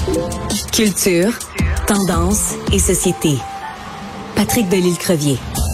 Culture, tendance et société. Patrick Delisle-Crevier.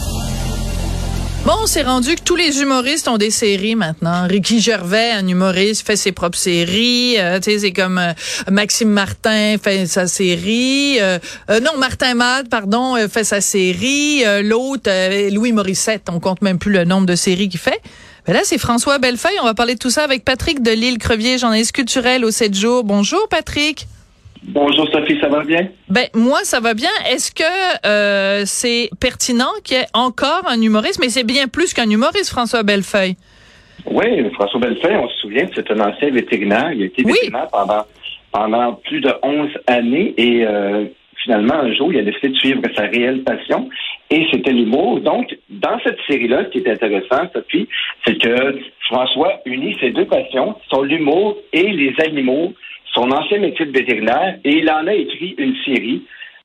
Bon, on s'est rendu que tous les humoristes ont des séries maintenant. Ricky Gervais, un humoriste, fait ses propres séries. Tu sais, c'est comme Maxime Martin fait sa série. Non, Martin Mad, pardon, fait sa série. L'autre, Louis Morissette, on compte même plus le nombre de séries qu'il fait. Mais là, c'est François Bellefeuille. On va parler de tout ça avec Patrick Delisle-Crevier, journaliste culturel au 7 jours. Bonjour, Patrick. Bonjour Sophie, ça va bien? Ben moi ça va bien. Est-ce que c'est pertinent qu'il y ait encore un humoriste, mais c'est bien plus qu'un humoriste, François Bellefeuille? Oui, François Bellefeuille, on se souvient que c'est un ancien vétérinaire. Il a été vétérinaire pendant plus de 11 années et finalement un jour il a décidé de suivre sa réelle passion et c'était l'humour. Donc dans cette série-là, ce qui est intéressant, Sophie, c'est que François unit ses deux passions, sont l'humour et les animaux. Son ancien métier de vétérinaire, et il en a écrit une série.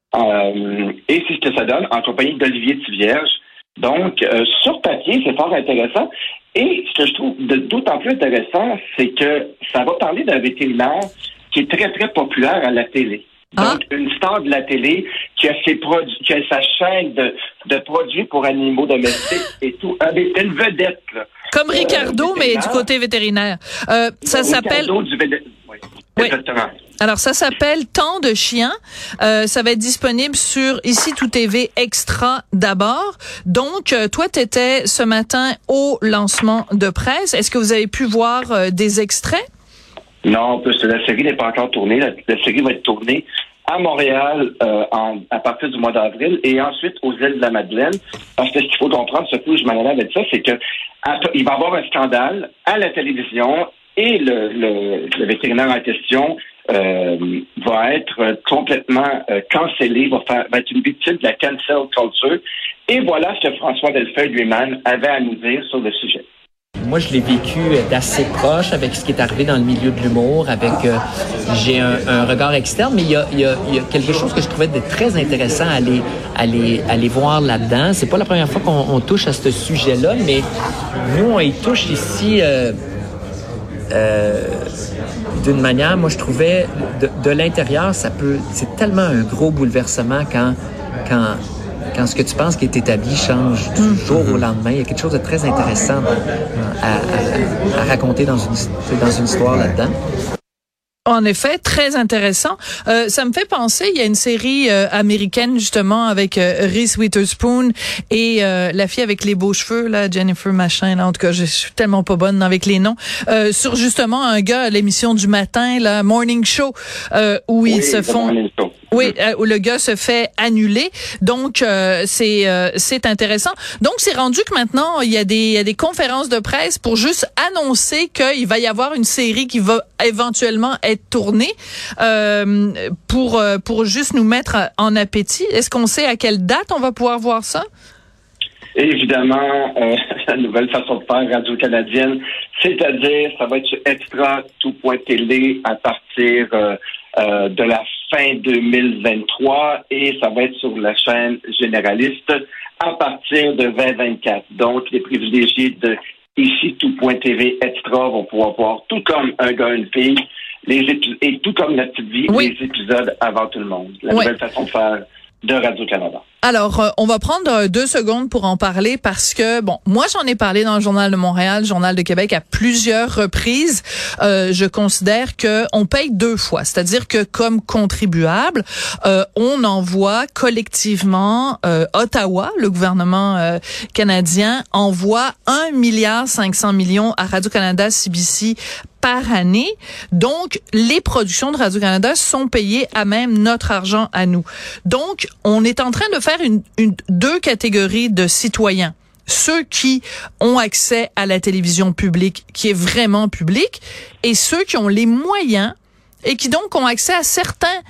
Et c'est ce que ça donne en compagnie d'Olivier Tivierge. Donc, sur papier, c'est fort intéressant. Et ce que je trouve d'autant plus intéressant, c'est que ça va parler d'un vétérinaire qui est très, très populaire à la télé. Donc, une star de la télé qui a ses produits, qui a sa chaîne de produits pour animaux domestiques et tout. Une vedette, là. Comme Ricardo, mais du côté vétérinaire. Ça s'appelle... Oui, exactement. Alors, ça s'appelle Temps de chien. Ça va être disponible sur Ici Tout TV Extra d'abord. Donc, toi, t'étais ce matin au lancement de presse. Est-ce que vous avez pu voir des extraits? Non, parce que la série n'est pas encore tournée. La série va être tournée à Montréal à partir du mois d'avril et ensuite aux îles de la Madeleine. Parce que ce qu'il faut comprendre, surtout je m'en allais avec ça, c'est que il va y avoir un scandale à la télévision et le vétérinaire en question va être complètement cancellé, va être une victime de la cancel culture. Et voilà ce que François Bellefeuille lui-même avait à nous dire sur le sujet. Moi, je l'ai vécu d'assez proche avec ce qui est arrivé dans le milieu de l'humour, avec j'ai un regard externe, mais il y a quelque chose que je trouvais très intéressant à aller voir là-dedans. C'est pas la première fois qu'on touche à ce sujet-là, mais nous, on y touche ici d'une manière, moi, je trouvais de l'intérieur, c'est tellement un gros bouleversement quand ce que tu penses qui est établi change du jour au lendemain. Il y a quelque chose de très intéressant à raconter dans une histoire là-dedans. En effet, très intéressant. Ça me fait penser, il y a une série américaine justement avec Reese Witherspoon et la fille avec les beaux cheveux là, Jennifer machin là. En tout cas, je suis tellement pas bonne avec les noms. Sur justement un gars à l'émission du matin, là, Morning Show, où ils se font. Oui, où le gars se fait annuler. Donc c'est intéressant. Donc c'est rendu que maintenant il y a des conférences de presse pour juste annoncer qu'il va y avoir une série qui va éventuellement être tournée pour juste nous mettre en appétit. Est-ce qu'on sait à quelle date on va pouvoir voir ça? Évidemment, la nouvelle façon de faire radio-canadienne, c'est-à-dire ça va être sur Extra tout.tv à partir de la fin 2023 et ça va être sur la chaîne généraliste à partir de 2024. Donc, les privilégiés de Ici tout.tv Extra vont pouvoir voir tout comme un gars, une fille, et tout comme La Petite Vie, les épisodes avant tout le monde. La nouvelle façon de faire de Radio-Canada. Alors, on va prendre 2 secondes pour en parler parce que, bon, moi, j'en ai parlé dans le Journal de Montréal, le Journal de Québec à plusieurs reprises. Je considère que on paye 2 fois. C'est-à-dire que, comme contribuable, on envoie collectivement, Ottawa, le gouvernement canadien, envoie 1,5 milliard à Radio-Canada CBC par année. Donc, les productions de Radio-Canada sont payées à même notre argent à nous. Donc, on est en train de faire deux catégories de citoyens. Ceux qui ont accès à la télévision publique, qui est vraiment publique, et ceux qui ont les moyens et qui donc ont accès à certains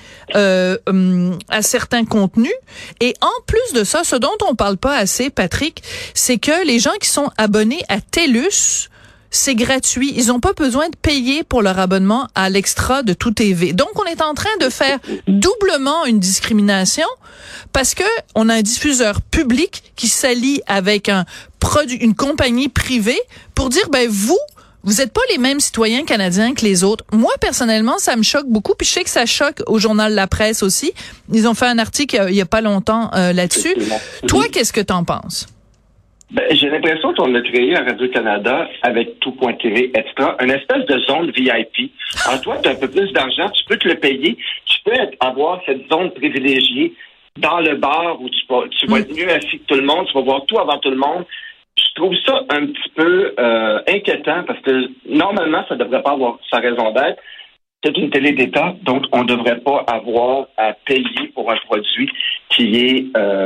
contenus. Et en plus de ça, ce dont on parle pas assez, Patrick, c'est que les gens qui sont abonnés à TELUS, c'est gratuit. Ils n'ont pas besoin de payer pour leur abonnement à l'Extra de Tout TV. Donc, on est en train de faire doublement une discrimination parce que on a un diffuseur public qui s'allie avec une compagnie privée pour dire, ben, vous vous n'êtes pas les mêmes citoyens canadiens que les autres. Moi, personnellement, ça me choque beaucoup. Puis je sais que ça choque au journal La Presse aussi. Ils ont fait un article il y a pas longtemps là-dessus. Toi, qu'est-ce que t'en penses? Ben, j'ai l'impression qu'on a créé à Radio-Canada avec Tout.tv Extra une espèce de zone VIP. Alors toi, tu as un peu plus d'argent, tu peux te le payer, tu peux avoir cette zone privilégiée dans le bar où tu vas être mieux assis que tout le monde, tu vas voir tout avant tout le monde. Je trouve ça un petit peu inquiétant parce que normalement, ça ne devrait pas avoir sa raison d'être. C'est une télé d'État, donc on ne devrait pas avoir à payer pour un produit qui est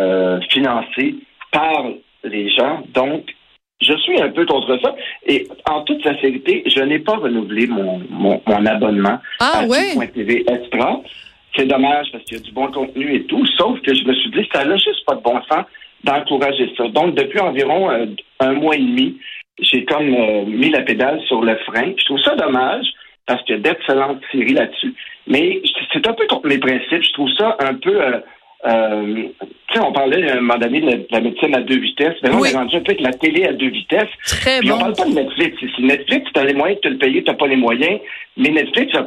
financé par les gens. Donc, je suis un peu contre ça. Et en toute sincérité, je n'ai pas renouvelé mon abonnement à Tout.tv Extra. C'est dommage parce qu'il y a du bon contenu et tout, sauf que je me suis dit, ça n'a juste pas de bon sens d'encourager ça. Donc, depuis environ un mois et demi, j'ai comme mis la pédale sur le frein. Je trouve ça dommage parce qu'il y a d'excellentes séries là-dessus. Mais c'est un peu contre mes principes. Je trouve ça un peu... tu sais, on parlait à un moment donné de la médecine à 2 vitesses. Mais on est rendu un peu avec la télé à 2 vitesses. Très puis bon. On parle pas de Netflix ici. Netflix, tu as les moyens de te le payer, tu n'as pas les moyens. Mais Netflix, tu n'as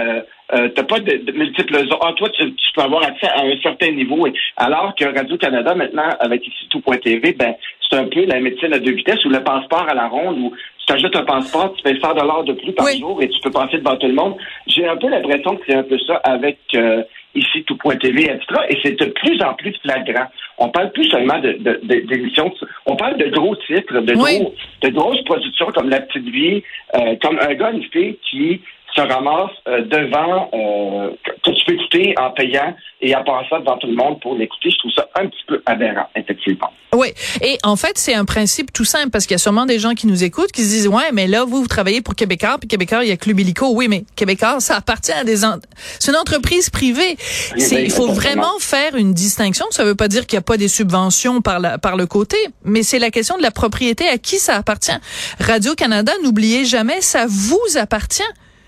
pas de multiples zones. Ah, toi, tu peux avoir accès à un certain niveau. Alors que Radio-Canada, maintenant, avec ici Tout.tv, ben, c'est un peu la médecine à 2 vitesses ou le passeport à la ronde où tu ajoutes un passeport, tu payes $100 de plus par jour et tu peux passer devant tout le monde. J'ai un peu l'impression que c'est un peu ça avec ici Tout.tv Extra et c'est de plus en plus flagrant. On parle plus seulement d'émissions, on parle de gros titres, de grosses productions comme La Petite Vie, comme un gars, une fille qui se ramasse devant, que tu peux écouter en payant et en passant devant tout le monde pour l'écouter. Je trouve ça un petit peu aberrant, effectivement. Oui, et en fait, c'est un principe tout simple parce qu'il y a sûrement des gens qui nous écoutent qui se disent « Ouais, mais là, vous travaillez pour Québécois, puis Québécois, il y a Club Illico. » Oui, mais Québécois, ça appartient à c'est une entreprise privée. Il faut vraiment faire une distinction. Ça veut pas dire qu'il n'y a pas des subventions par le côté, mais c'est la question de la propriété, à qui ça appartient. Radio-Canada, n'oubliez jamais, ça vous appartient.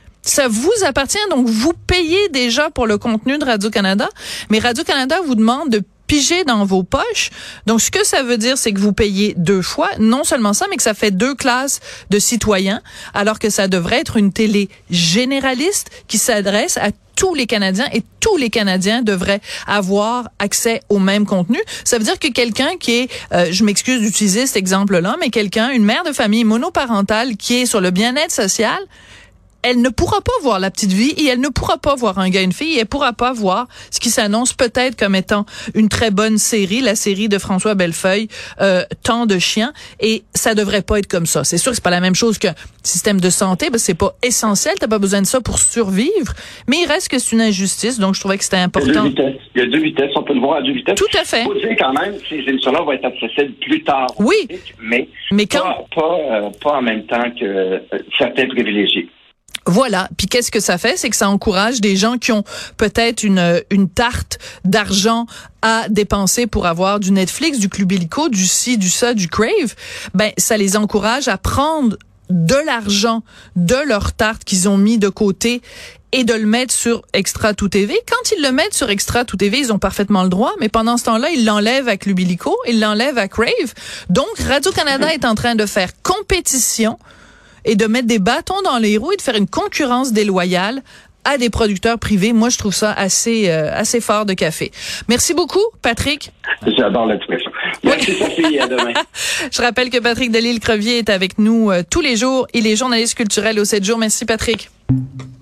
Ça vous appartient, donc vous payez déjà pour le contenu de Radio-Canada, mais Radio-Canada vous demande de piger dans vos poches. Donc, ce que ça veut dire, c'est que vous payez 2 fois. Non seulement ça, mais que ça fait 2 classes de citoyens, alors que ça devrait être une télé généraliste qui s'adresse à tous les Canadiens et tous les Canadiens devraient avoir accès au même contenu. Ça veut dire que quelqu'un qui est, je m'excuse d'utiliser cet exemple-là, mais une mère de famille monoparentale qui est sur le bien-être social, elle ne pourra pas voir La Petite Vie et elle ne pourra pas voir Un gars, une fille et elle pourra pas voir ce qui s'annonce peut-être comme étant une très bonne série, la série de François Bellefeuille, Tant de chiens, et ça devrait pas être comme ça. C'est sûr que c'est pas la même chose qu'un système de santé, parce que c'est pas essentiel, t'as pas besoin de ça pour survivre, mais il reste que c'est une injustice, donc je trouvais que c'était important. Il y a 2 vitesses, on peut le voir à 2 vitesses. Tout à fait. Il faut dire quand même que ces émissions-là vont être accessibles plus tard. Oui. Mais quand... pas en même temps que certains privilégiés. Voilà. Puis qu'est-ce que ça fait? C'est que ça encourage des gens qui ont peut-être une tarte d'argent à dépenser pour avoir du Netflix, du Club Illico, du ci, du ça, du Crave. Ben, ça les encourage à prendre de l'argent de leur tarte qu'ils ont mis de côté et de le mettre sur Extra Tout TV. Quand ils le mettent sur Extra Tout TV, ils ont parfaitement le droit, mais pendant ce temps-là, ils l'enlèvent à Club Illico, ils l'enlèvent à Crave. Donc, Radio-Canada est en train de faire compétition et de mettre des bâtons dans les roues et de faire une concurrence déloyale à des producteurs privés. Moi, je trouve ça assez fort de café. Merci beaucoup, Patrick. J'adore l'expression. Merci, Sophie. À demain. Je rappelle que Patrick Delisle-Crevier est avec nous tous les jours. Il est journaliste culturel au 7 jours. Merci, Patrick.